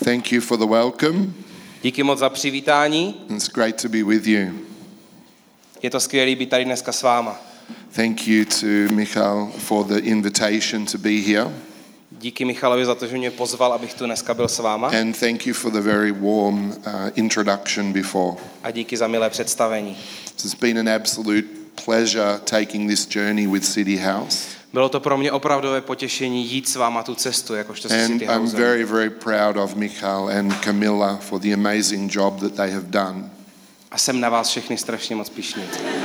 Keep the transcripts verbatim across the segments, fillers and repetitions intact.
Thank you for the welcome. Díky moc za přivítání. It's great to be with you. Je to skvělé být tady dneska s váma. Thank you to Michal for the invitation to be here. Díky Michalovi za to, že mě pozval, abych tu dneska byl s váma. And thank you for the very warm uh, introduction before. A díky za milé představení. It's been an absolute pleasure taking this journey with City House. Bylo to pro mě opravdové potěšení jít s váma tu cestu, jakožto se And City I'm House. very, very proud of Michal and Camilla for the amazing job that they have done. A jsem na vás všechny strašně moc pyšný.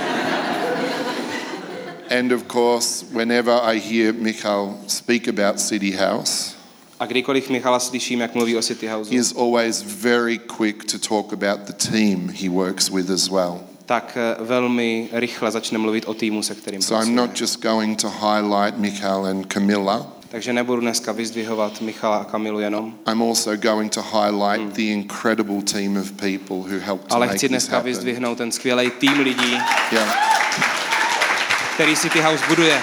And of course, whenever I hear Michal speak about City House, A kdykoliv Michala slyším, jak mluví o City House, he is always very quick to talk about the team he works with as well. tak velmi rychle začne mluvit o týmu, se kterým So I'm pracuje. not just going to highlight Michal and Camilla. Takže nebudu dneska vyzdvihovat Michala a Kamilu jenom, I'm also going to highlight the incredible team of people who helped to ale make chci this dneska happen. vyzdvihnout ten skvělý tým lidí, Yeah. který City House buduje.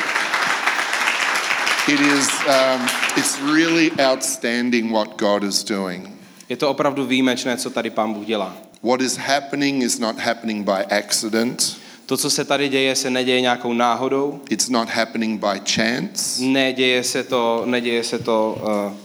It is um, it's really outstanding what God is doing. Je to opravdu výjimečné, co tady Pán Bůh dělá. What is happening is not happening by accident. To, co se tady děje, se neděje nějakou náhodou. It's not happening by chance. Neděje se to, neděje se to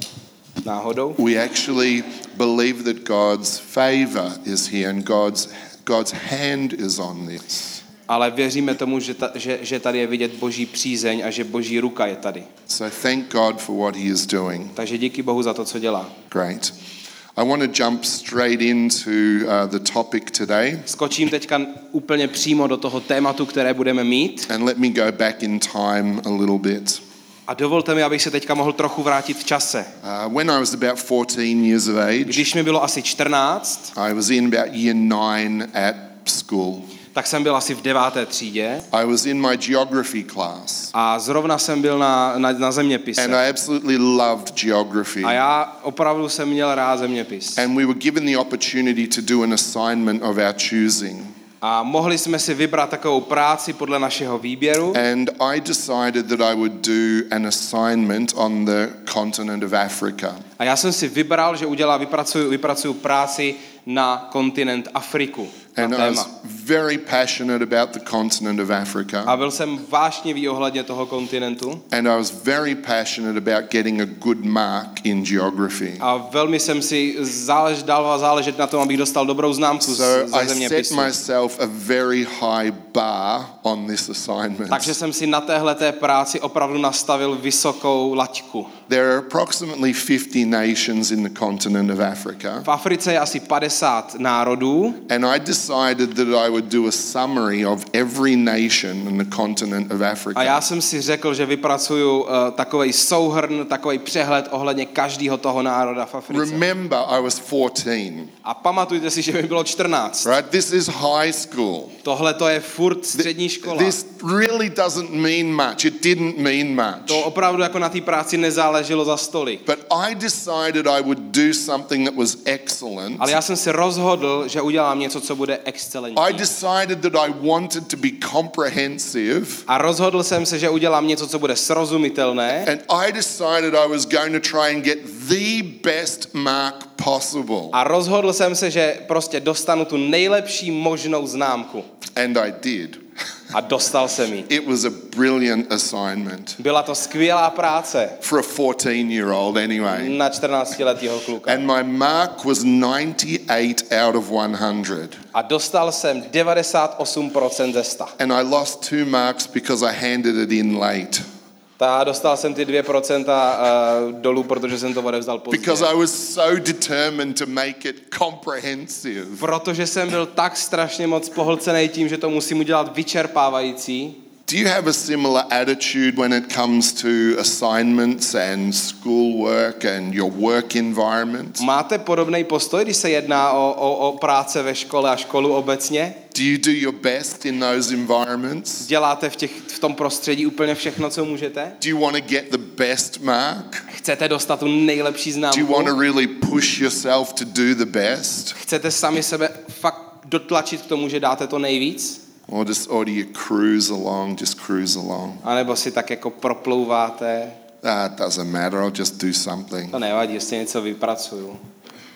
uh, náhodou. We actually believe that God's favor is here and God's God's hand is on this. Ale věříme tomu, že, ta, že, že tady je vidět Boží přízeň a že Boží ruka je tady. So thank God for what he is doing. Takže díky Bohu za to, co dělá. Great. I want to jump straight into uh, the topic today Skočím teďka úplně přímo do toho tématu, které budeme mít. and let me go back in time a little bit. A dovolte mi, abych se teďka mohl trochu vrátit v čase. Uh, when I was about fourteen years of age, Když mi bylo asi čtrnáct, I was in about year nine at school. tak jsem byl asi v deváté třídě I was in my geography class a zrovna jsem byl na, na, na zeměpise. and I absolutely loved geography. A já opravdu jsem měl rád zeměpis. And we were given the opportunity to do an assignment of our choosing. A mohli jsme si vybrat takovou práci podle našeho výběru. And I decided that I would do an assignment on the continent of Africa. A já jsem si vybral, že udělám, vypracuju, vypracuju práci na kontinent Afriku. Na And I téma. was very passionate about the continent of Africa. A byl jsem vášnivý ohledně toho kontinentu. And I was very passionate about getting a good mark in geography. A velmi jsem si zálež, dal záležet na tom, abych dostal dobrou známku So z, ze I set zeměpisu. myself a very high bar on this assignment. Takže jsem si na téhleté práci opravdu nastavil vysokou laťku. There are approximately fifty nations in the continent of Africa. V Africe je asi padesát národů. And I decided that I would do a summary of every nation in the continent of A Africa. já jsem si řekl, že vypracuju uh, takovej souhrn, takovej přehled ohledně každého toho národa v Africe. Remember, I was fourteen. A pamatujte si, že mi bylo čtrnáct. Right? This is high school. Tohle to je furt střední škola. This really doesn't mean much. It didn't mean much. To opravdu jako na té práci nezáleželo za stolik. But I decided I would do something that was excellent. Ale já jsem si rozhodl, že udělám něco, co bude excelentní. I decided that I wanted to be comprehensive. A rozhodl jsem se, že udělám něco, co bude srozumitelné. And I decided I was going to try and get the best mark possible. A rozhodl jsem se, že prostě dostanu tu nejlepší možnou známku. And I did. A dostal jsem ji. It was a brilliant assignment. Byla to skvělá práce For a fourteen-year-old anyway. na čtrnáctiletého kluka. And my mark was ninety-eight out of one hundred. A dostal jsem devadesát osm procent ze sta. And I lost two marks because I handed it in late. Ta dostal jsem ty dvě procenta uh, dolů, protože jsem to odevzdal pozdě. Because I was so determined to make it comprehensive. Protože jsem byl tak strašně moc pohlcený tím, že to musím udělat vyčerpávající. Do you have a similar attitude when it comes to assignments and schoolwork and your work environment? Máte podobný postoj, když se jedná o, o, o práce ve škole a školu obecně? Do you do your best in those environments? Děláte v, těch, v tom prostředí úplně všechno, co můžete? Do you want to get the best mark? Chcete dostat tu nejlepší Do you want známku? to really push yourself to do the best? Chcete sami sebe fakt dotlačit k tomu, že dáte to nejvíc? Or just or do you cruise along, just cruise along? A nebo si tak jako proplouváte? Ah, it doesn't matter, I'll just do something. To nevadí, jestli něco vypracuju.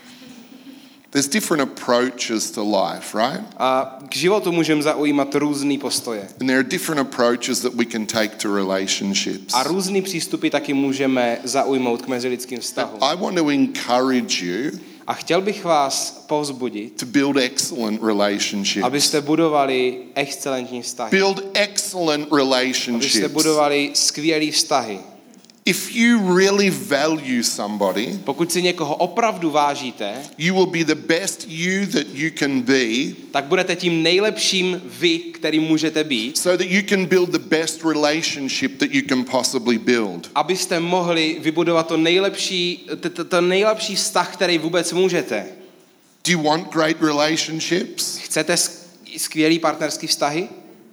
There's different approaches to life, right? A k životu můžeme zaujímat různý postoje. And there are different approaches that we can take to relationships. A různý přístupy taky můžeme zaujmout k mezilidským vztahům. I want to encourage you A chtěl bych vás povzbudit, to build excellent relationships. abyste budovali excelentní vztahy. Build excellent Abyste relationships. budovali skvělý vztahy. If you really value somebody, Pokud si někoho opravdu vážíte, you will be the best you that you can be, tak budete tím nejlepším vy, který můžete být, so that you can build the best relationship that you can possibly build. abyste mohli vybudovat to nejlepší, to, to, to nejlepší vztah, který vůbec můžete. Do you want great relationships? Chcete sk- skvělý partnerský vztahy?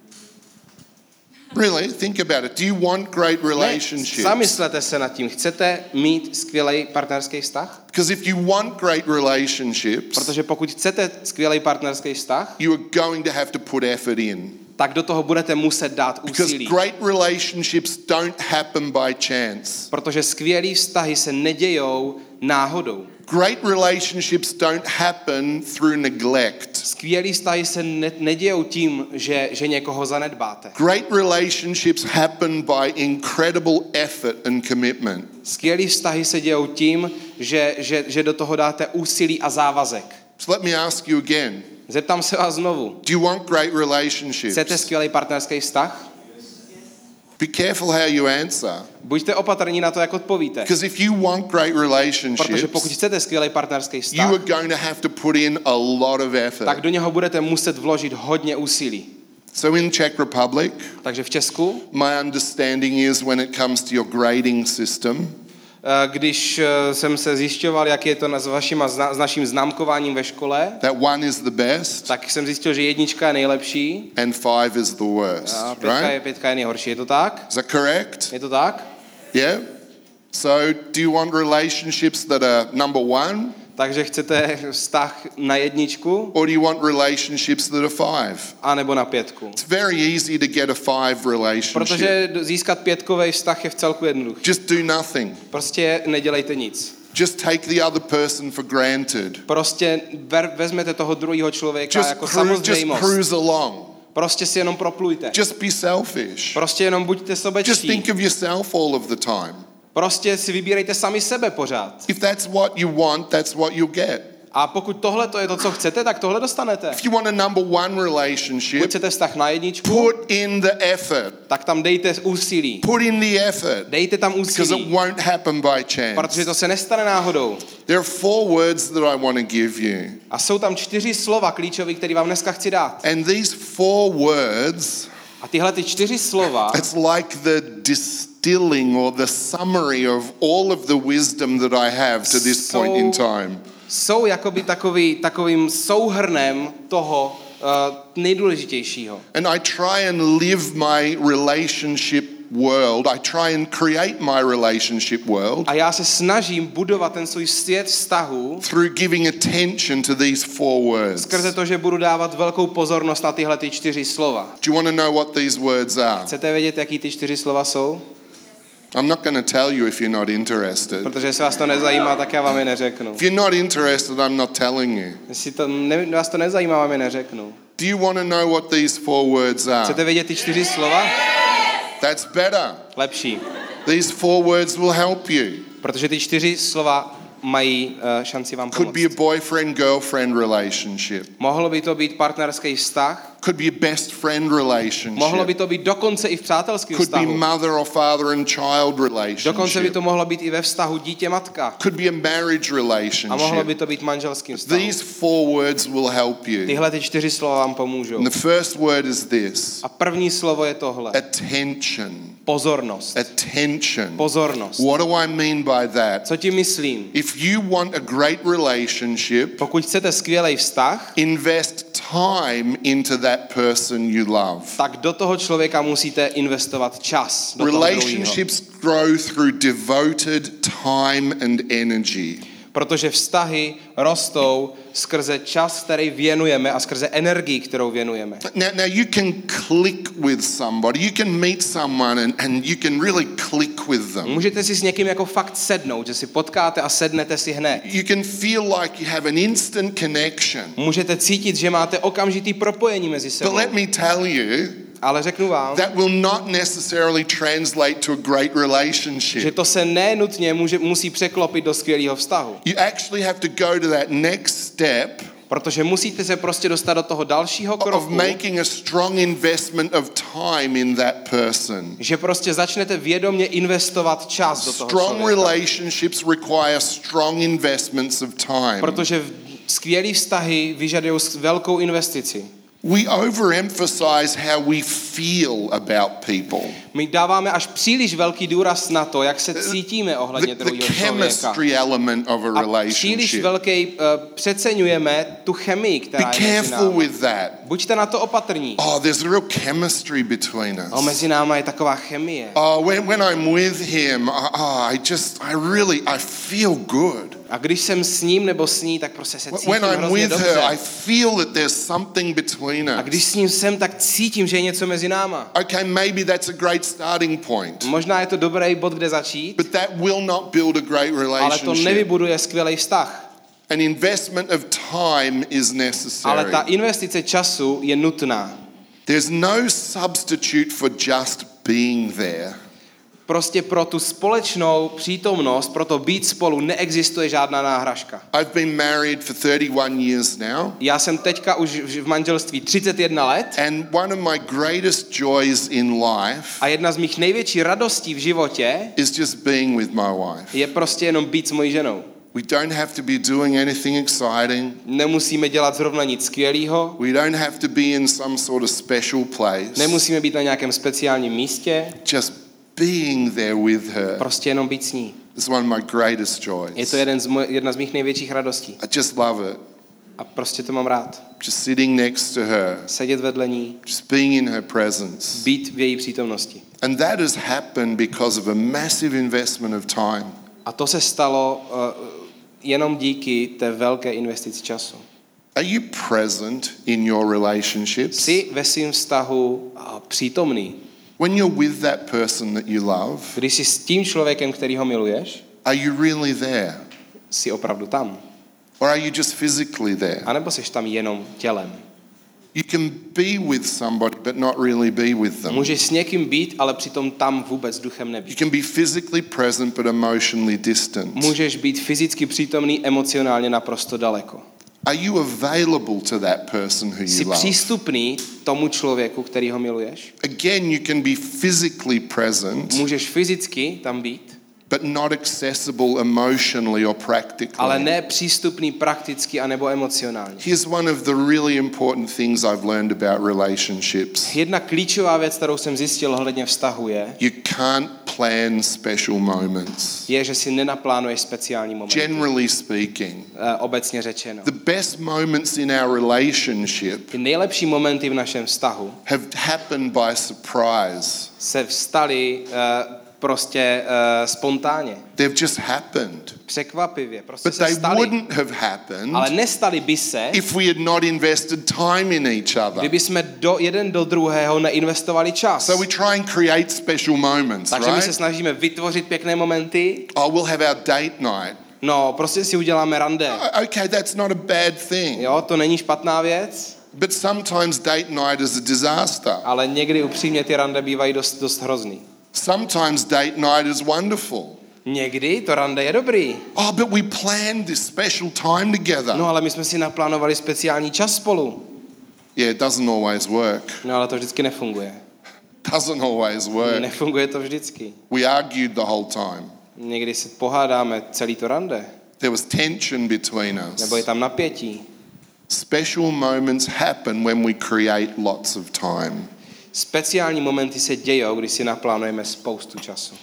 Really, think about it. Do you want great Ne, relationships? zamyslete se nad tím. Chcete mít skvělý partnerský vztah? Because if you want great relationships, Protože pokud chcete skvělý partnerský vztah, you are going to have to put effort in. tak do toho budete muset dát Because úsilí. great relationships don't happen by chance. Protože skvělý vztahy se nedějou náhodou. Great relationships don't happen through neglect. Skvělý vztahy se ne- nedějou tím, že, že někoho zanedbáte. Great relationships happen by incredible effort and commitment. Skvělý vztahy se dějou tím, že, že, že do toho dáte úsilí a závazek. So let me ask you again. Zeptám se vás znovu. Do you want great relationships? Chcete skvělý partnerský vztah? Be careful how you answer. Buďte opatrní na to, jak odpovíte. Because if you want great Protože relationships, pokud chcete skvělý partnerský you vztah, are going to have to put in a lot of effort. tak do něho budete muset vložit hodně úsilí. So in Czech Republic, Takže v Česku, my understanding is when it comes to your grading system, eh, když eh, jsem se zjišťoval, jak je to na- s, vašima, zna- s naším známkováním ve škole, that one is the best tak jsem zjistil, že jednička je nejlepší and five is the worst, a pětka je, right? pětka je nejhorší. Je to tak? Is that correct? Je to tak? Yeah? So do you want relationships that are number one, Takže chcete vztah na jedničku, or do you want relationships that are five? anebo na pětku? It's very easy to get a five relationship. Protože získat pětkový vztah je v celku jednoduchý. Just do nothing. Prostě nedělejte nic. Just take the other person for granted. Prostě ver, vezmete toho druhého člověka Just, jako cru- just samozřejmost. cruise along. Prostě si jenom proplujte. Just be selfish. Prostě jenom buďte Just sobečtí. think of yourself all of the time. Prostě si vybírejte sami sebe pořád. If that's what you want, that's what you'll get. A pokud tohle to je to, co chcete, tak tohle dostanete. If you want a number one Pokud relationship, chcete vztah na jedničku, put in the effort. tak tam dejte úsilí. Put in the effort. Dejte tam Because it úsilí. won't happen by Protože chance. to se nestane náhodou. There are four words that I want to give you. A jsou tam čtyři slova klíčové, které vám dneska chci dát. And these four words, A tyhle ty čtyři slova it's like the distilling or the summary of all of the wisdom that I have to this point in time. jsou jakoby takový, takovým souhrnem toho uh, nejdůležitějšího. And I try and live my relationship world. I try and create my relationship world A já se snažím budovat ten svůj svět vztahů through giving attention to these four words. skrze to, že budu dávat velkou pozornost na tyhle ty čtyři slova. Do you want to know what these words are? Chcete vědět, jaký ty čtyři slova jsou? I'm not going to tell you if you're not interested. Protože jestli vás to nezajímá, tak já vám je neřeknu. If you're not interested, I'm not telling you. Jestli to ne, vás to nezajímá, vám je neřeknu. Do you want to know what these four words are? Chcete vědět ty čtyři slova? That's better. Lepší. These four words will help you. Protože ty čtyři slova mají uh, šanci vám Could be a pomoct. boyfriend-girlfriend relationship. Mohlo by to být partnerský vztah, Could be a best friend mohlo by relationship. to být dokonce i v přátelském Could be vztahu. mother or father and child Dokonce by relationship. to mohlo být i ve vztahu dítě-matka. Could be a marriage A mohlo by relationship. to být manželským vztahu. These four words will help you. Tyhle ty čtyři slova vám pomůžou. And the first word is this: A první slovo je tohle. attention. Pozornost. Attention. Pozornost. What do I mean by that? Co tím myslím? If you want a great relationship, Pokud chcete skvělý vztah, invest time into that person you love. tak do toho člověka musíte investovat čas. Do toho druhýho. Relationships grow through devoted time and energy. Protože vztahy rostou skrze čas, který věnujeme a skrze energii, kterou věnujeme. Now, now you can click with somebody. You can meet someone and, and you can really click with them. Můžete si s někým jako fakt sednout, že si potkáte a sednete si hned. You can feel like you have an instant connection. Můžete cítit, že máte okamžitý propojení mezi But sebou. let me tell you, Ale řeknu vám, that will not necessarily translate to a great že relationship. to se nenutně může, musí překlopit do skvělého vztahu. You actually have to go to that next step Protože musíte se prostě dostat do toho dalšího of kroku, making a strong investment of time in that person. že prostě začnete vědomě investovat čas do toho Strong člověka. relationships require strong investments of time. Protože skvělý vztahy vyžadují velkou investici. We overemphasize how we feel about people. My dáváme až příliš velký důraz na to, jak se cítíme The, ohledně the druhého člověka. chemistry element of a A příliš relationship. velký uh, přeceňujeme tu chemii, Be která je mezi careful námi. with that. Buďte na to opatrní. Oh, there's a real chemistry between A us. mezi náma je taková chemie. Oh, when, when I'm with him, oh, I just, I really, I feel good. A když jsem s ním nebo s ní, tak prostě se cítím When I'm hrozně with her, I dobře. feel that there's something between A když us. s ním jsem, tak cítím, že je něco mezi náma. Okay, maybe that's a great starting point, Možná je to dobrý bod, kde začít, but that will not build a great ale to relationship. nevybuduje skvělý vztah. An investment of time is Ale necessary. ta investice času je nutná. There's no substitute for just being there. Prostě pro tu společnou přítomnost, pro to být spolu, neexistuje žádná náhražka. I've been married for thirty-one years now, Já jsem teďka už v manželství třicet jedna let and one of my greatest joys in life a jedna z mých největších radostí v životě is just being with my wife. je prostě jenom být s mojí ženou. We don't have to be doing anything exciting. Nemusíme dělat zrovna nic skvělého, We don't have to be in some sort of special place. nemusíme být na nějakém speciálním místě, Just being there with her prostě jenom být s ní. is one of my greatest Je joys. to jeden z moj, jedna z mých největších radostí I just love it. a prostě to mám rád. Just sitting next to her, Sedět vedle ní, just being in her presence. být v její přítomnosti. And that has happened because of a massive investment of time. A to se stalo uh, jenom díky té velké investici času. Are you present in your relationships? Jsi ve svém vztahu uh, přítomný. When you're with that person that you love, Když jsi s tím člověkem, který ho miluješ, are you really there? jsi opravdu tam. Or are you just physically there? A nebo jsi tam jenom tělem. You can be with somebody but not really be with them. Můžeš s někým být, ale přitom tam vůbec duchem You nebýt. can be physically present but emotionally distant. Můžeš být fyzicky přítomný, emocionálně naprosto daleko. Are you available to that person who Jsi you love? přístupný tomu člověku, který ho miluješ. Again, you can be physically present Můžeš fyzicky tam být, but not accessible emotionally or ale practically. ne přístupný prakticky anebo emocionálně. Here's one of the really important things I've learned about relationships. Jedna klíčová věc, kterou jsem zjistil ohledně vztahu je, You can't plan special moments. je, že si nenaplánuješ speciální moment. Generally speaking, Eh, obecně řečeno. the best moments in our relationship Ty nejlepší momenty v našem vztahu have happened by surprise. se vstaly uh, prostě uh, spontánně, They've just happened. překvapivě, prostě But se they staly, wouldn't have happened ale nestaly by se, if we had not invested time in each other. kdyby jsme do, jeden do druhého neinvestovali čas. So we try and create special moments, Takže my se right? snažíme vytvořit pěkné momenty. Oh, we'll have our date night. No, prostě si uděláme rande. O- Okay, that's not a bad thing. Jo, to není špatná věc, But sometimes date night is a disaster. ale někdy upřímně ty rande bývají dost, dost hrozný. Sometimes date night is wonderful. Někdy to rande je dobrý. Oh, but we planned this special time together. No, ale my jsme si naplánovali speciální čas spolu. Yeah, it doesn't always work. No, ale to vždycky nefunguje. Doesn't always work. Nefunguje to vždycky. We argued the whole time. Někdy se pohádáme celý to rande. There was tension between Nebo je us. tam napětí. Special moments happen when we create lots of time. Speciální momenty se dějou, když si naplánujeme spoustu času.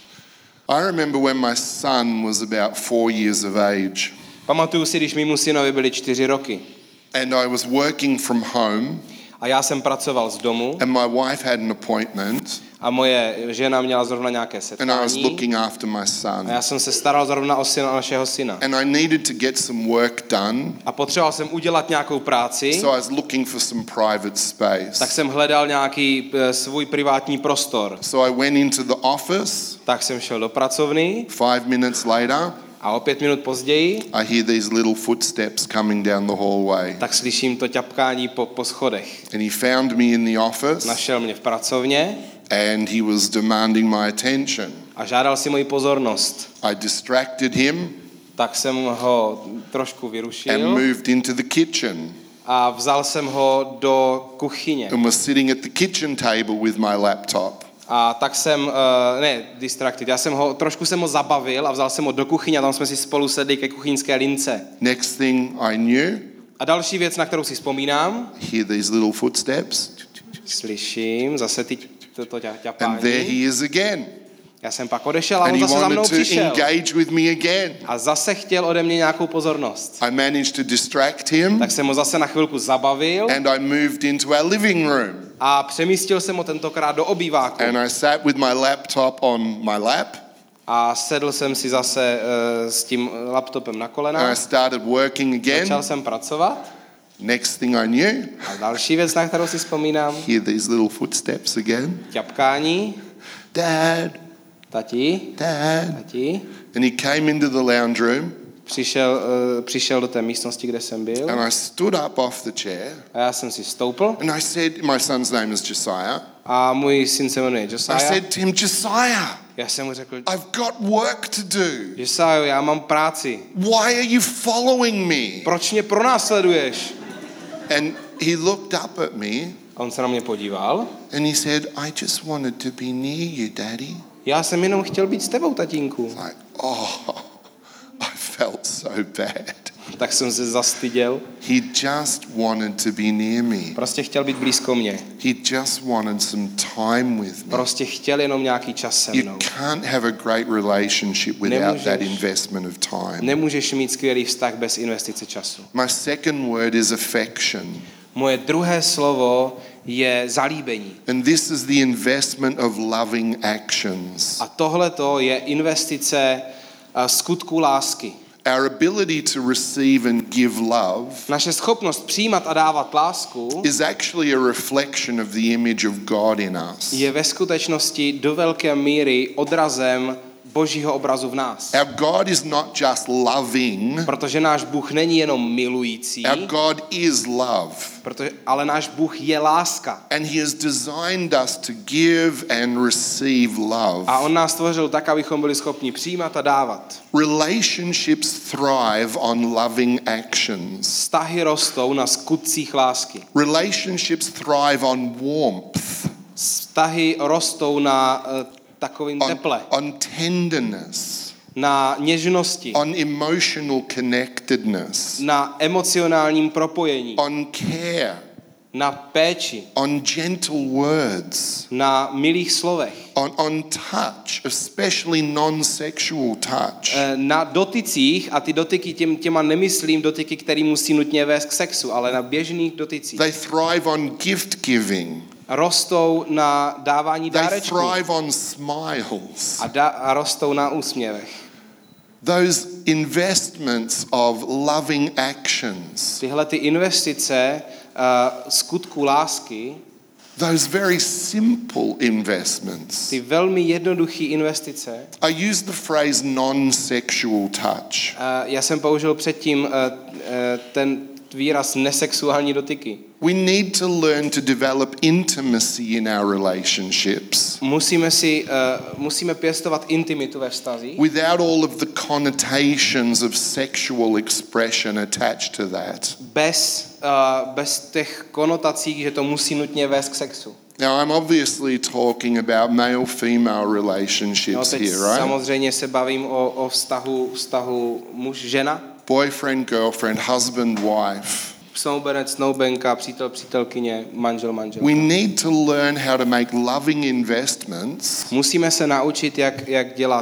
I remember when my son was about four years of age, Pamatuju si, když mému synovi byly čtyři roky and I was working from home, A já jsem pracoval z domu. And my wife had an appointment. A moje žena měla zrovna nějaké setkání. And I was looking after my son. A já jsem se staral zrovna o syna, našeho syna. And I needed to get some work done. A potřeboval jsem udělat nějakou práci. So I was looking for some private space. Tak jsem hledal nějaký uh, svůj privátní prostor. So I went into the office. Tak jsem šel do pracovny. Five minutes later. A o pět minut později. I hear these little footsteps coming down the hallway. Tak slyším to ťapkání po, po schodech. And he found me in the office. Našel mě v pracovně. And he was demanding my attention. A žádal si moji pozornost. I distracted him. Tak jsem ho trošku vyrušil. And moved into the kitchen. A vzal jsem ho do kuchyně. And was sitting at the kitchen table with my laptop. A tak jsem, uh, ne, distracted, já jsem ho, trošku jsem ho zabavil a vzal jsem ho do kuchyně a tam jsme si spolu sedli ke kuchyňské lince. Next thing I knew. A další věc, na kterou si vzpomínám. Hear these little footsteps. Slyším zase ty toto ťapání. And there he is again. Já jsem pak odešel a And on he zase za mnou wanted to přišel. engage with me again. A zase chtěl ode mě nějakou pozornost. I managed to distract him. Tak jsem ho zase na chvilku zabavil. And I moved into our living room. A přemístil jsem ho tentokrát do obýváku. And I sat with my laptop on my lap. A sedl jsem si zase uh, s tím laptopem na kolena. And I started working again. Začal jsem pracovat. Next thing I knew. A další věc, na kterou si vzpomínám. Hear these little footsteps again. Ťapkání. Dad. Tati. Dad. Tati. And he came into the lounge room. Přišel, uh, přišel do té místnosti, kde jsem byl. And I stood up off the chair. A já jsem si stoupl. And I said, my son's name is Josiah. A můj syn se jmenuje I Josiah. said to him, Josiah, Já jsem mu řekl, I've got work to do. Josiah, já mám práci. Why are you following me? Proč mě pronásleduješ? And he looked up at me. A on se na mě podíval. And he said, I just wanted to be near you, Daddy. Já jsem jenom chtěl být s tebou, tatínku. Like, oh, I felt so bad. Tak jsem se zastyděl. He just wanted to be near me. Prostě chtěl být blízko mě. He just wanted some time with me. Prostě chtěl jenom nějaký čas se You mnou. can't have a great relationship without Nemůžeš. that investment of time. Nemůžeš mít skvělý vztah bez investice času. My second word is affection. Moje druhé slovo je zalíbení. And this is the investment of loving actions. A tohleto je investice uh, skutku lásky. Our ability to receive and give love Naše schopnost přijímat a dávat lásku is actually a reflection of the image of God in us. je ve skutečnosti do velké míry odrazem Božího obrazu v nás. Our God is not just loving, Protože náš Bůh není jenom milující, our God is love. protože, ale náš Bůh je láska. And he has designed us to give and receive love. A on nás stvořil tak, abychom byli schopni přijímat a dávat. Relationships thrive on loving actions. Vztahy rostou na skutcích lásky. Relationships thrive on warmth, Vztahy rostou na uh, takovým on, teple, on tenderness, na něžnosti, on emotional connectedness, na emocionálním propojení, on care, na péči, on gentle words, na milých slovech, on, on touch, especially non-sexual touch. eh, na dotycích, a ty dotyky těm, těma nemyslím dotyky, které musí nutně vést k sexu, ale na běžných dotycích. They thrive on gift giving. Rostou na dávání They dárečků thrive on smiles. a, da, a rostou na úsměvech. Those investments of loving actions, Tyhle ty investice uh, skutku lásky, those very simple investments. ty velmi jednoduché investice, I use the phrase non-sexual touch. uh, já jsem použil předtím uh, uh, ten výraz nesexuální dotyky. We need to learn to develop intimacy in our relationships Musíme si uh, musíme pěstovat intimitu ve vztazích without all of the connotations of sexual expression attached to that. bez uh, bez těch konotací, že to musí nutně vést k sexu. Now, I'm obviously talking about male-female No, relationships teď here, right? samozřejmě se bavím o, o vztahu vztahu muž-žena, Boyfriend, girlfriend, husband, wife. snoubenec, snoubenka, přítel, přítelkyně, manžel, manželka. We need to learn how to make loving investments Musíme se naučit, jak, jak dělat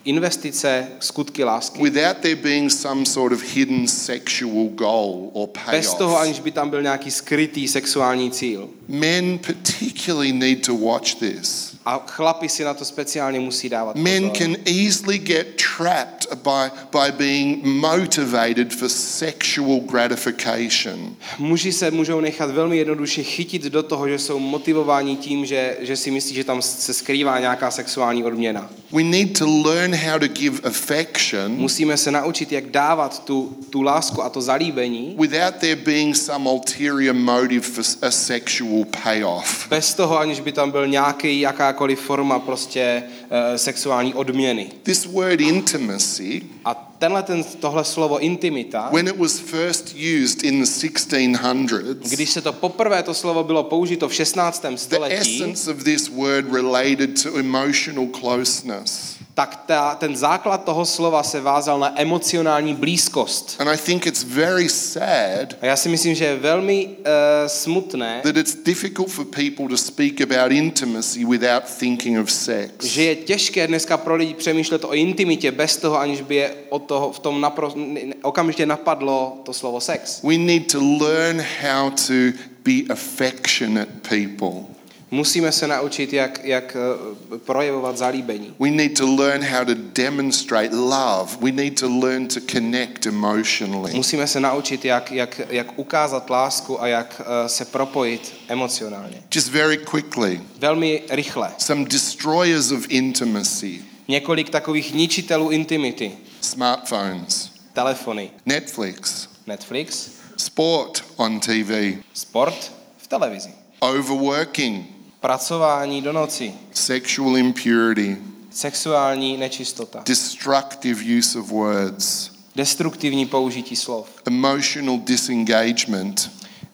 investice, skutky lásky. without there being some sort of hidden sexual goal or Bez toho, payoff. aniž by tam byl nějaký skrytý sexuální cíl. Men particularly need to watch this. A chlapi si na to speciálně musí dávat Men pozor. can easily get trapped by, by being motivated for sexual gratification. Muži se můžou nechat velmi jednoduše chytit do toho, že jsou motivováni tím, že, že si myslí, že tam se skrývá nějaká sexuální odměna. We need to learn how to give affection Musíme se naučit, jak dávat tu, tu lásku a to zalíbení, without there being some ulterior motive for a sexual payoff. bez toho, aniž by tam byl nějaký, jakákoliv forma prostě uh, sexuální odměny. This word intimacy, A tenhle ten, tohle slovo intimita, when it was first used in the sixteen hundreds, když se to poprvé to slovo bylo použito v šestnáctém the století, essence of this word related to emotional closeness. tak ta, ten základ toho slova se vázal na emocionální blízkost. And I think it's very sad A já si myslím, že je velmi uh, smutné, that it's difficult for people to speak about intimacy without thinking of sex. že je těžké dneska pro lidi přemýšlet o intimitě bez toho, aniž by je od toho v tom napro, okamžitě napadlo to slovo sex. We need to learn how to be affectionate people. Musíme se naučit, jak, jak uh, projevovat zalíbení. We need to learn how to demonstrate love. We need to learn to connect emotionally. Musíme se naučit, jak, jak, jak ukázat lásku a jak uh, se propojit emocionálně. Just very quickly, Velmi rychle. some destroyers of intimacy. Několik takových ničitelů intimity. Smartphones, Telefony, Netflix, Netflix, sport on T V, sport v televizi, overworking, pracování do noci, sexual impurity, sexuální nečistota, destructive use of words, destruktivní použití slov, emotional disengagement,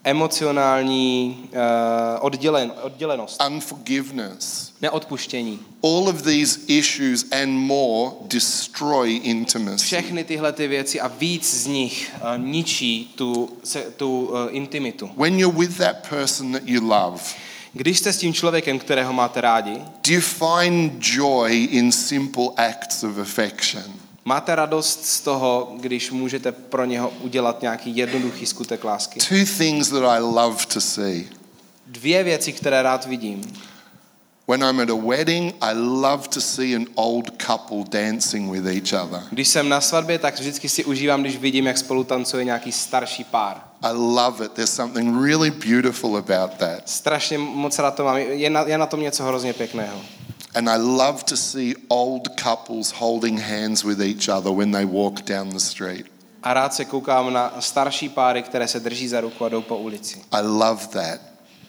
emocionální uh, oddělen, oddělenost, unforgiveness. neodpuštění. All of these issues and more destroy intimacy. Všechny tyhle ty věci a víc z nich uh, ničí tu, se, tu uh, intimitu. When you're with that person that you love, Když jste s tím člověkem, kterého máte rádi, do you find joy in simple acts of affection? máte radost z toho, když můžete pro něho udělat nějaký jednoduchý skutek lásky. Two things that I love to see. Dvě věci, které rád vidím. When I'm at a wedding, I love to see an old couple dancing with each other. Když jsem na svatbě, tak vždycky si užívám, když vidím, jak spolu tancuje nějaký starší pár. I love it. There's something really beautiful about that. Strašně moc rád to mám. Je na, je na tom něco hrozně pěkného. And I love to see old couples holding hands with each other when they walk down the street. A rád se koukám na starší páry, které se drží za ruku a jdou po ulici. I love that.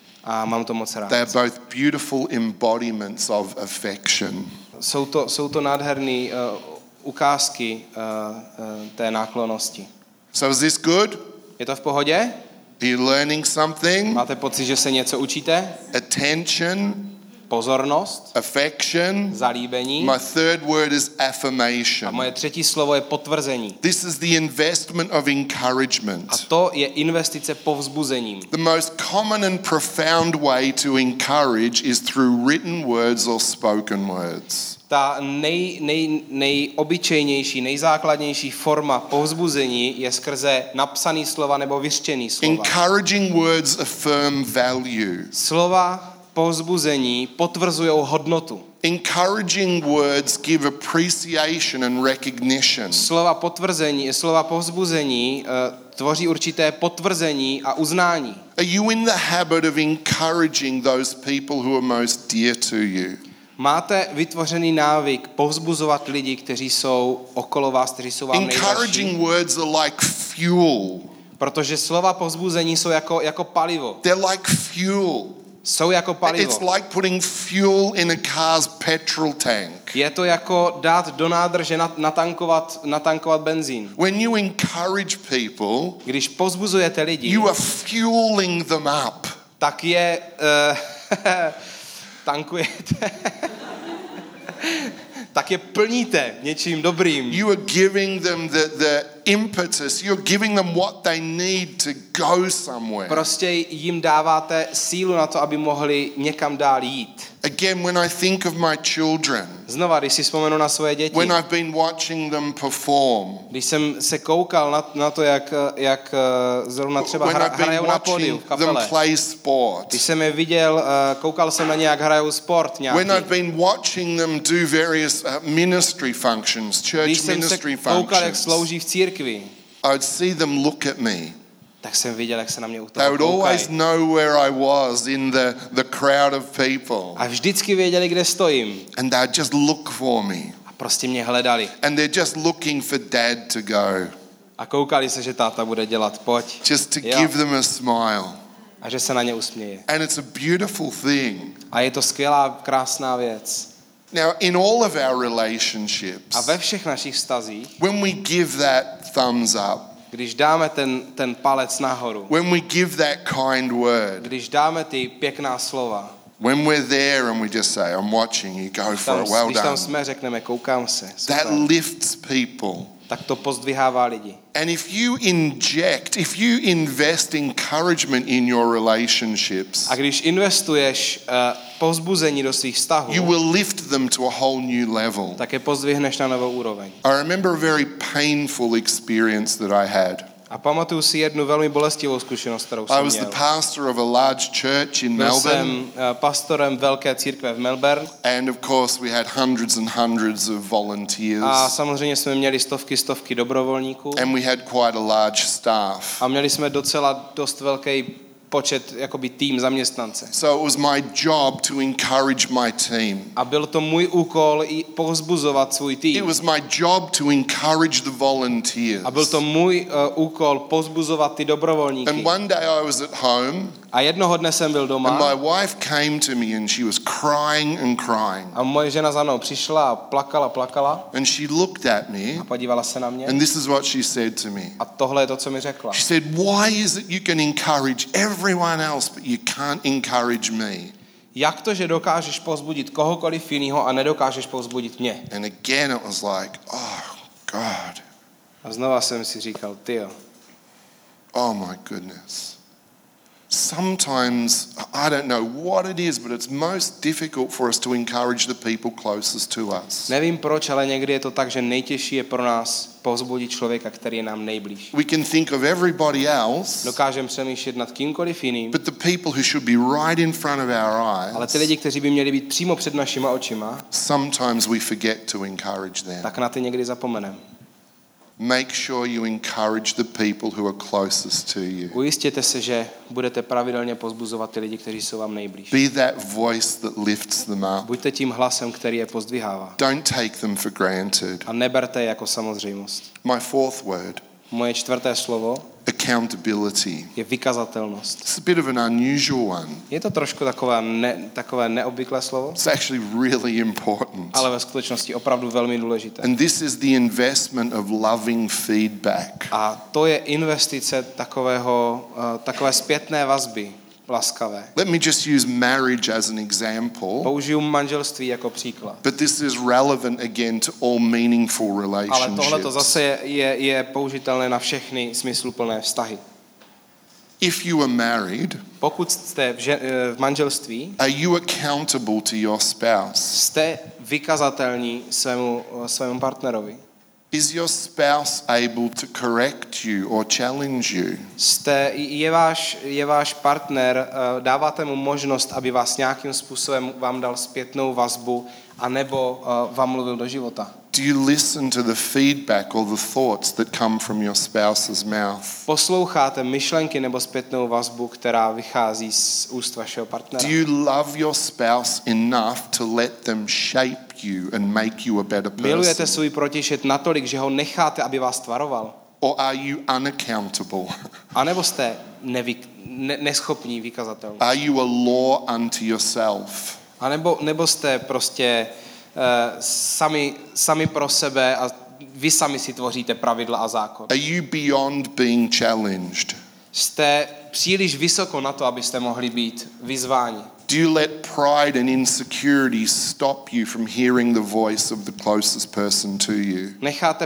A mám to moc rád. They are both beautiful embodiments of affection. Jsou to, jsou to nádherné uh, ukázky uh, uh, té náklonnosti. So is this good? Je to v pohodě? Are you learning something? Máte pocit, že se něco učíte? Attention, Pozornost, affection. zalíbení. My third word is A affirmation. moje třetí slovo je potvrzení. This is the investment of A encouragement. to je investice povzbuzením. The most common and profound way to encourage is through written words or spoken words. Ta nej, nej, nejobyčejnější, nejzákladnější forma povzbuzení je skrze napsaný slova nebo vyřčený slova. Encouraging words affirm value. Slova povzbuzení potvrzují hodnotu. Encouraging words give appreciation and recognition. Slova potvrzení, slova povzbuzení uh, tvoří určité potvrzení a uznání. Are you in the habit of encouraging those people who are most dear to you? Máte vytvořený návyk povzbuzovat lidi, kteří jsou okolo vás, kteří jsou vám nejdražší. Encouraging words are like fuel. Protože slova povzbuzení jsou jako, jako palivo. They're like fuel. Jsou jako palivo. It's like putting fuel in a car's petrol tank. Je to jako dát do nádrže natankovat, natankovat benzín. When you encourage people, Když povzbuzujete lidi, you are fueling them up. tak je uh, tankujete. tak je plníte něčím dobrým. You are giving them the, the impetus. You're giving them what they need to go somewhere. Prostě jim dáváte sílu na to, aby mohli někam dál jít. Again, when I think of my children, Znova, když si vzpomenu na svoje děti, when I've been watching them perform, když jsem se koukal na, na to, jak, jak uh, zrovna třeba when hra, I've been hrajou na pódiu watching v them kapele, play sport, když jsem je viděl, uh, koukal jsem na ně, jak hrajou sport nějaký, when I've been watching them do various uh, ministry functions, když church jsem se ministry koukal, jak functions, slouží v církvi, I would see them look at me. tak jsem viděl, jak se na mě u They toho would koukají. always know where I was in the, the crowd of people. A vždycky věděli, kde stojím. And they'd just look for me. A prostě mě hledali. And they're just looking for dad to go. A koukali se, že táta bude dělat, pojď. Just to Jo. give them a smile. A že se na ně usměje. And it's a beautiful thing. A je to skvělá, krásná věc. Now, in all of our relationships, A ve všech našich vztazích, when we give that thumbs up, když dáme ten, ten palec nahoru, when we give that kind word, když dáme ty pěkná slova, when we're there and we just say, I'm watching you, go for tam, it, well když tam done, jsme, řekneme, koukám se, that super, lifts people. tak to pozdvihává lidi. And if you inject, if you invest encouragement in your relationships, A když investuješ uh, povzbuzení do svých vztahů, you will lift them to a whole new level. tak je pozdvihneš na novou úroveň. I remember a very painful experience that I had. A pamatuju si jednu velmi bolestivou zkušenost, kterou I jsem was the měl. pastor of a large church in Byl Melbourne, jsem uh, pastorem velké církve v Melbourne and of course we had hundreds and hundreds of a volunteers, samozřejmě jsme měli stovky, stovky dobrovolníků and we had quite a large staff. a měli jsme docela dost velký počet, jakoby tým zaměstnance. So it was my job to encourage my team. A byl to můj úkol i povzbuzovat svůj It tým. was my job to encourage the volunteers. A byl to můj uh, úkol povzbuzovat ty dobrovolníky. And one day I was at home, A jednoho dne jsem byl and doma my wife came to me and she was crying and crying. a moje žena za mnou přišla a plakala, plakala And she looked at me, a podívala se na mě. and this is what she said to me. A tohle je to, co mi řekla. She said, why is it you can encourage everyone else, but you can't encourage me? Jak to, že dokážeš povzbudit kohokoliv jiného a nedokážeš povzbudit mě? And again it was like, oh God, A znova jsem si říkal, tyjo, oh my goodness. Sometimes, I don't know what it is, but it's most difficult for us to encourage the people closest to us. nevím proč, ale někdy je to tak, že nejtěžší je pro nás povzbudit člověka, který je nám nejblíž. We can think of everybody else, Dokážeme přemýšlet nad kýmkoliv jiným, but the people who should be right in front of our ale ty eyes, lidi, kteří by měli být přímo před našima očima, sometimes we forget to encourage them. tak na ty někdy zapomeneme. Make sure you encourage the people who are closest to you. Ujistěte se, že budete pravidelně povzbuzovat ty lidi, kteří jsou vám nejblíž. Be that voice that lifts them up. Buďte tím hlasem, který je pozdvihává. Don't take them for granted. A neberte je jako samozřejmost. My fourth word, Moje čtvrté slovo accountability. je vykazatelnost. It's a bit of an unusual one. Je to trošku takové, ne, takové neobvyklé slovo, It's actually really important. ale ve skutečnosti opravdu velmi důležité. And this is the investment of loving feedback. A to je investice takového, uh, takové zpětné vazby, laskavé. Let me just use marriage as an example, Použiju manželství jako příklad. but this is relevant again to all meaningful Ale tohle to relationships. zase je, je, je použitelné na všechny smysluplné vztahy. If you are married, Pokud jste v, že, v manželství, are you accountable to your spouse? jste vykazatelní svému, svému partnerovi. Is your spouse able to correct you or challenge you? Jste, je, váš, je váš partner, eh, dáváte mu možnost, aby vás nějakým způsobem vám dal zpětnou vazbu, anebo eh, vám mluvil do života. Do you listen to the feedback or the thoughts that come from your spouse's mouth? Posloucháte myšlenky nebo zpětnou vazbu, která vychází z úst vašeho partnera? Do you love your spouse enough to let them shape you and make you a better Milujete person? svůj protišet natolik, že ho necháte, aby vás tvaroval? Or are you unaccountable? A nebo jste nevy, ne, neschopní, vykazatelní? Are you a law unto yourself? A nebo, nebo jste prostě uh, sami, sami pro sebe a vy sami si tvoříte pravidla a zákon? Are you beyond being challenged? Jste příliš vysoko na to, abyste mohli být vyzváni? Do you let pride and insecurity stop you from hearing the voice of the closest person to you? Necháte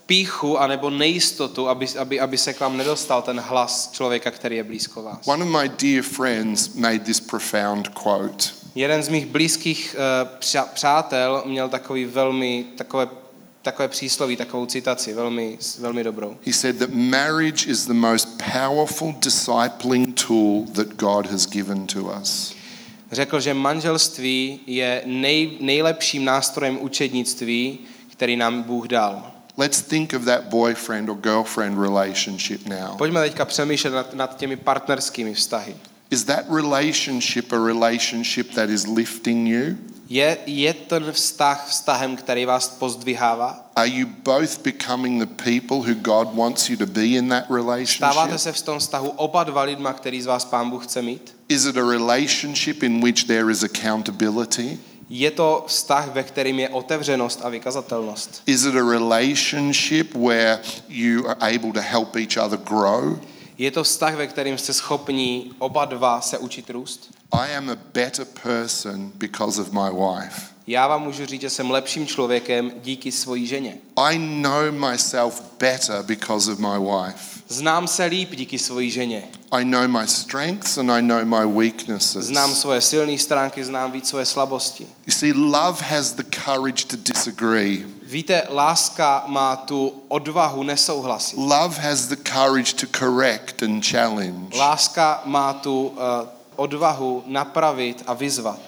pýchu anebo nejistotu, aby, aby, aby se k vám nedostal ten hlas člověka, který je blízko vás. One of my dear friends made this profound quote. Jeden z mých blízkých uh, přátel měl takový velmi, takové, takové přísloví, takovou citaci, velmi, velmi dobrou. He said that marriage is the most powerful discipling tool that God has given to us. Řekl, že manželství je nej, nejlepším nástrojem učednictví, který nám Bůh dal. Let's think of that boyfriend or girlfriend relationship now. Pojďme teďka přemýšlet nad, nad těmi partnerskými vztahy. Is that relationship a relationship that is lifting you? Je, je ten vztah vztahem, který vás pozdvihává? Are you both becoming the people who God wants you to be in that Stáváte relationship? se v tom vztahu oba dva lidma, který z vás Pán Bůh chce mít? Is it a relationship in which there is accountability? Je to vztah, ve kterým je otevřenost a vykazatelnost? Is it a relationship where you are able to help each other grow? Je to vztah, ve kterým jste schopní oba dva se učit růst? I am a better person because of my wife. Já vám můžu říct, že jsem lepším člověkem díky svojí ženě. I know myself better because of my wife. Znám se líp díky svojí ženě. I know my strengths and I know my weaknesses. Znám svoje silné stránky, znám víc svoje slabosti. You see, love has the courage to disagree. Víte, láska má tu odvahu nesouhlasit. Love has the courage to correct and challenge. Láska má tu uh, odvahu napravit a vyzvat.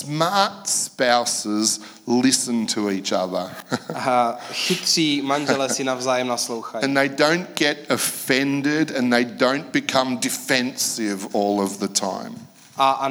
Smart spouses listen to each other. A chytří manželé si navzájem naslouchají. And they don't get offended and they don't become defensive all of the time. A, a,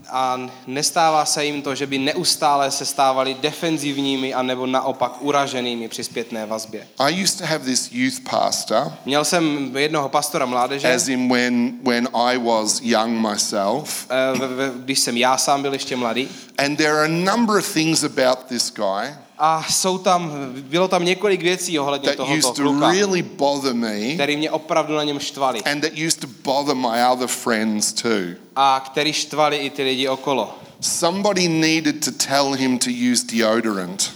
a nestává se jim to, že by neustále se stávali defenzivními anebo naopak uraženými při zpětné vazbě. I used to have this youth pastor, Měl jsem jednoho pastora mládeže, as in when, when I was young myself. eh, v- v- když jsem já sám byl ještě mladý. And there are a number of things about this guy A jsou tam, bylo tam několik věcí ohledně that tohoto used to kluka, really bother me který mě opravdu na něm štvali. and that used to bother my other friends too. A který štvali i ty lidi okolo. Somebody needed to tell him to use deodorant.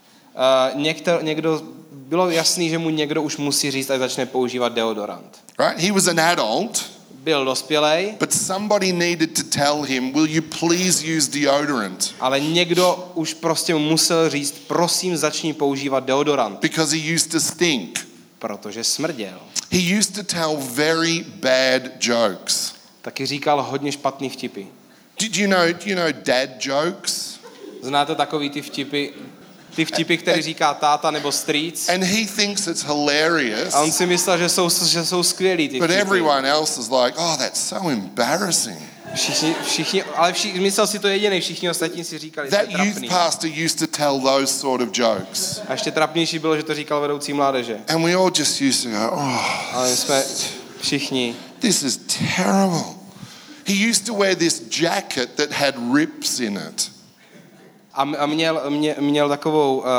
Uh, někdo, někdo, bylo jasný, že mu někdo už musí říct, ať začne používat deodorant. Right? He was an adult, Byl dospělej, but somebody needed to tell him, will you please use deodorant? ale někdo už prostě mu musel říct, prosím, začni používat deodorant, Because he used to stink. protože smrděl. He used to tell very bad jokes. Taky říkal hodně špatný vtipy. Did you know, do you know dad jokes? Znáte takový ty vtipy, ty vtipy, které říká táta nebo strýc? And he thinks it's hilarious, A on si myslel, že jsou, že jsou skvělý ty but vtipy. everyone else is like, oh, that's so embarrassing. Všichni, všichni, ale všichni, myslel si to jediný, všichni ostatní si říkali, to je That youth trapný. pastor used to tell those sort of jokes. A ještě trapnější bylo, že to říkal vedoucí mládeže. And we all just used to go, oh, Ale my jsme všichni. this is terrible. He used to wear this jacket that had rips in it. A a měl, mě, měl takovou uh,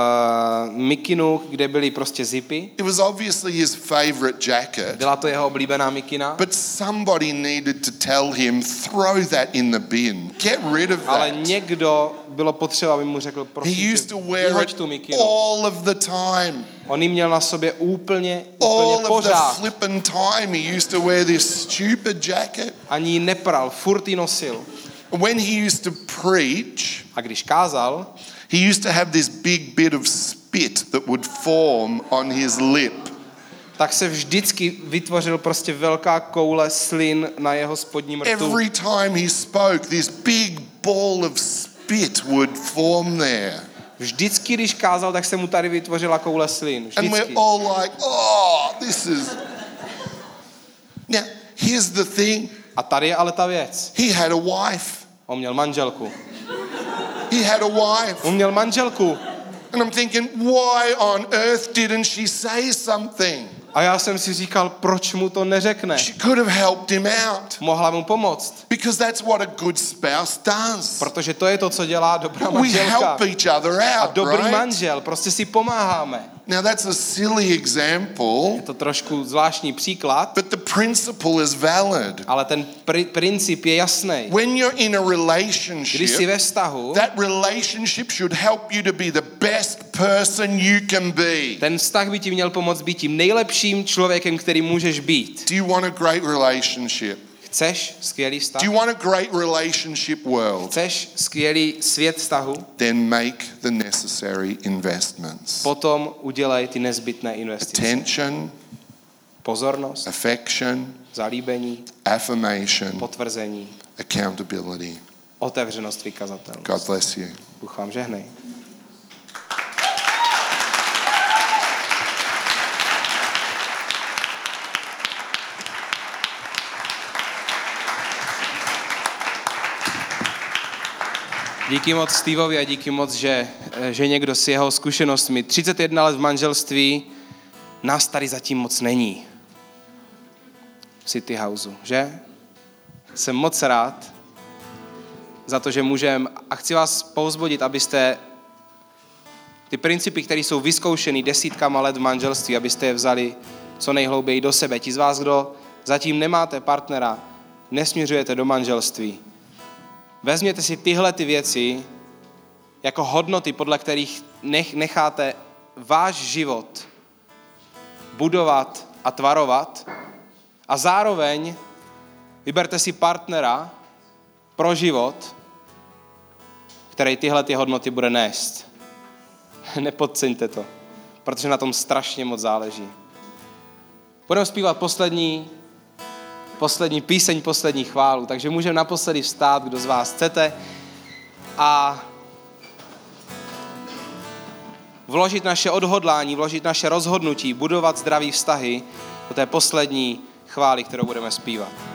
mikinu, kde byly prostě zipy. It was obviously his favorite jacket, Byla to jeho oblíbená mikina. but somebody needed to tell him, throw that in the bin. Get rid of Ale that. někdo bylo potřeba, aby mu řekl, He prosím used tě, to wear vyhoď it tu mikinu. all of the time. On ji měl na sobě úplně, All úplně of the pořád. flippin' time he used to wear this stupid jacket. Ani ji nepral, furt ji nosil. When he used to preach, A když kázal, he used to have this big bit of spit that would form on his lip. tak se vždycky vytvořil prostě velká koule slin na jeho spodním rtu. Every time he spoke, this big ball of spit would form there. Vždycky, když kázal, tak se mu tady vytvořila koule slin. And we're Vždycky. all like, oh, this is... Now, here's the thing. A tady je ale ta věc. He had a wife. On měl manželku. He had a wife. On měl manželku. And I'm thinking, why on earth didn't she say something? A já jsem si říkal, proč mu to neřekne? She could have helped him out. Mohla mu pomoct. Because that's what a good spouse does. Protože to je to, co dělá dobrá We manželka. help each other A out, dobrý right? manžel, prostě si pomáháme. Now that's a silly example, Je to trošku zvláštní příklad, but the principle is valid. ale ten pr- princip je jasný. When you're in a Když jsi relationship, ve vztahu, that relationship should help you to be the best person you can be. ten vztah by ti měl pomoct být tím nejlepším člověkem, který můžeš být. Do you want a great relationship? Chceš skvělý vztah? Do you want a great relationship world? Chceš skvělý svět vztahu? Then make the necessary investments. Potom udělej ty nezbytné investice. Attention, Pozornost, affection, zalíbení, affirmation, potvrzení, accountability. otevřenost, vykazatelnost. God bless you. Bůh vám žehnej. Díky moc Steveovi a díky moc, že, že někdo s jeho zkušenostmi třicet jedna let v manželství, nás tady zatím moc není. V City Houseu, že? Jsem moc rád za to, že můžeme, a chci vás povzbudit, abyste ty principy, které jsou vyzkoušený desítkama let v manželství, abyste je vzali co nejhlouběji do sebe. Ti z vás, kdo zatím nemáte partnera, nesměřujete do manželství, vezměte si tyhle ty věci jako hodnoty, podle kterých nech, necháte váš život budovat a tvarovat a zároveň vyberte si partnera pro život, který tyhle ty hodnoty bude nést. Nepodceňte to, protože na tom strašně moc záleží. Budeme zpívat poslední poslední píseň, poslední chválu, takže můžeme naposledy vstát, kdo z vás chcete, a vložit naše odhodlání, vložit naše rozhodnutí, budovat zdravý vztahy do té poslední chvály, kterou budeme zpívat.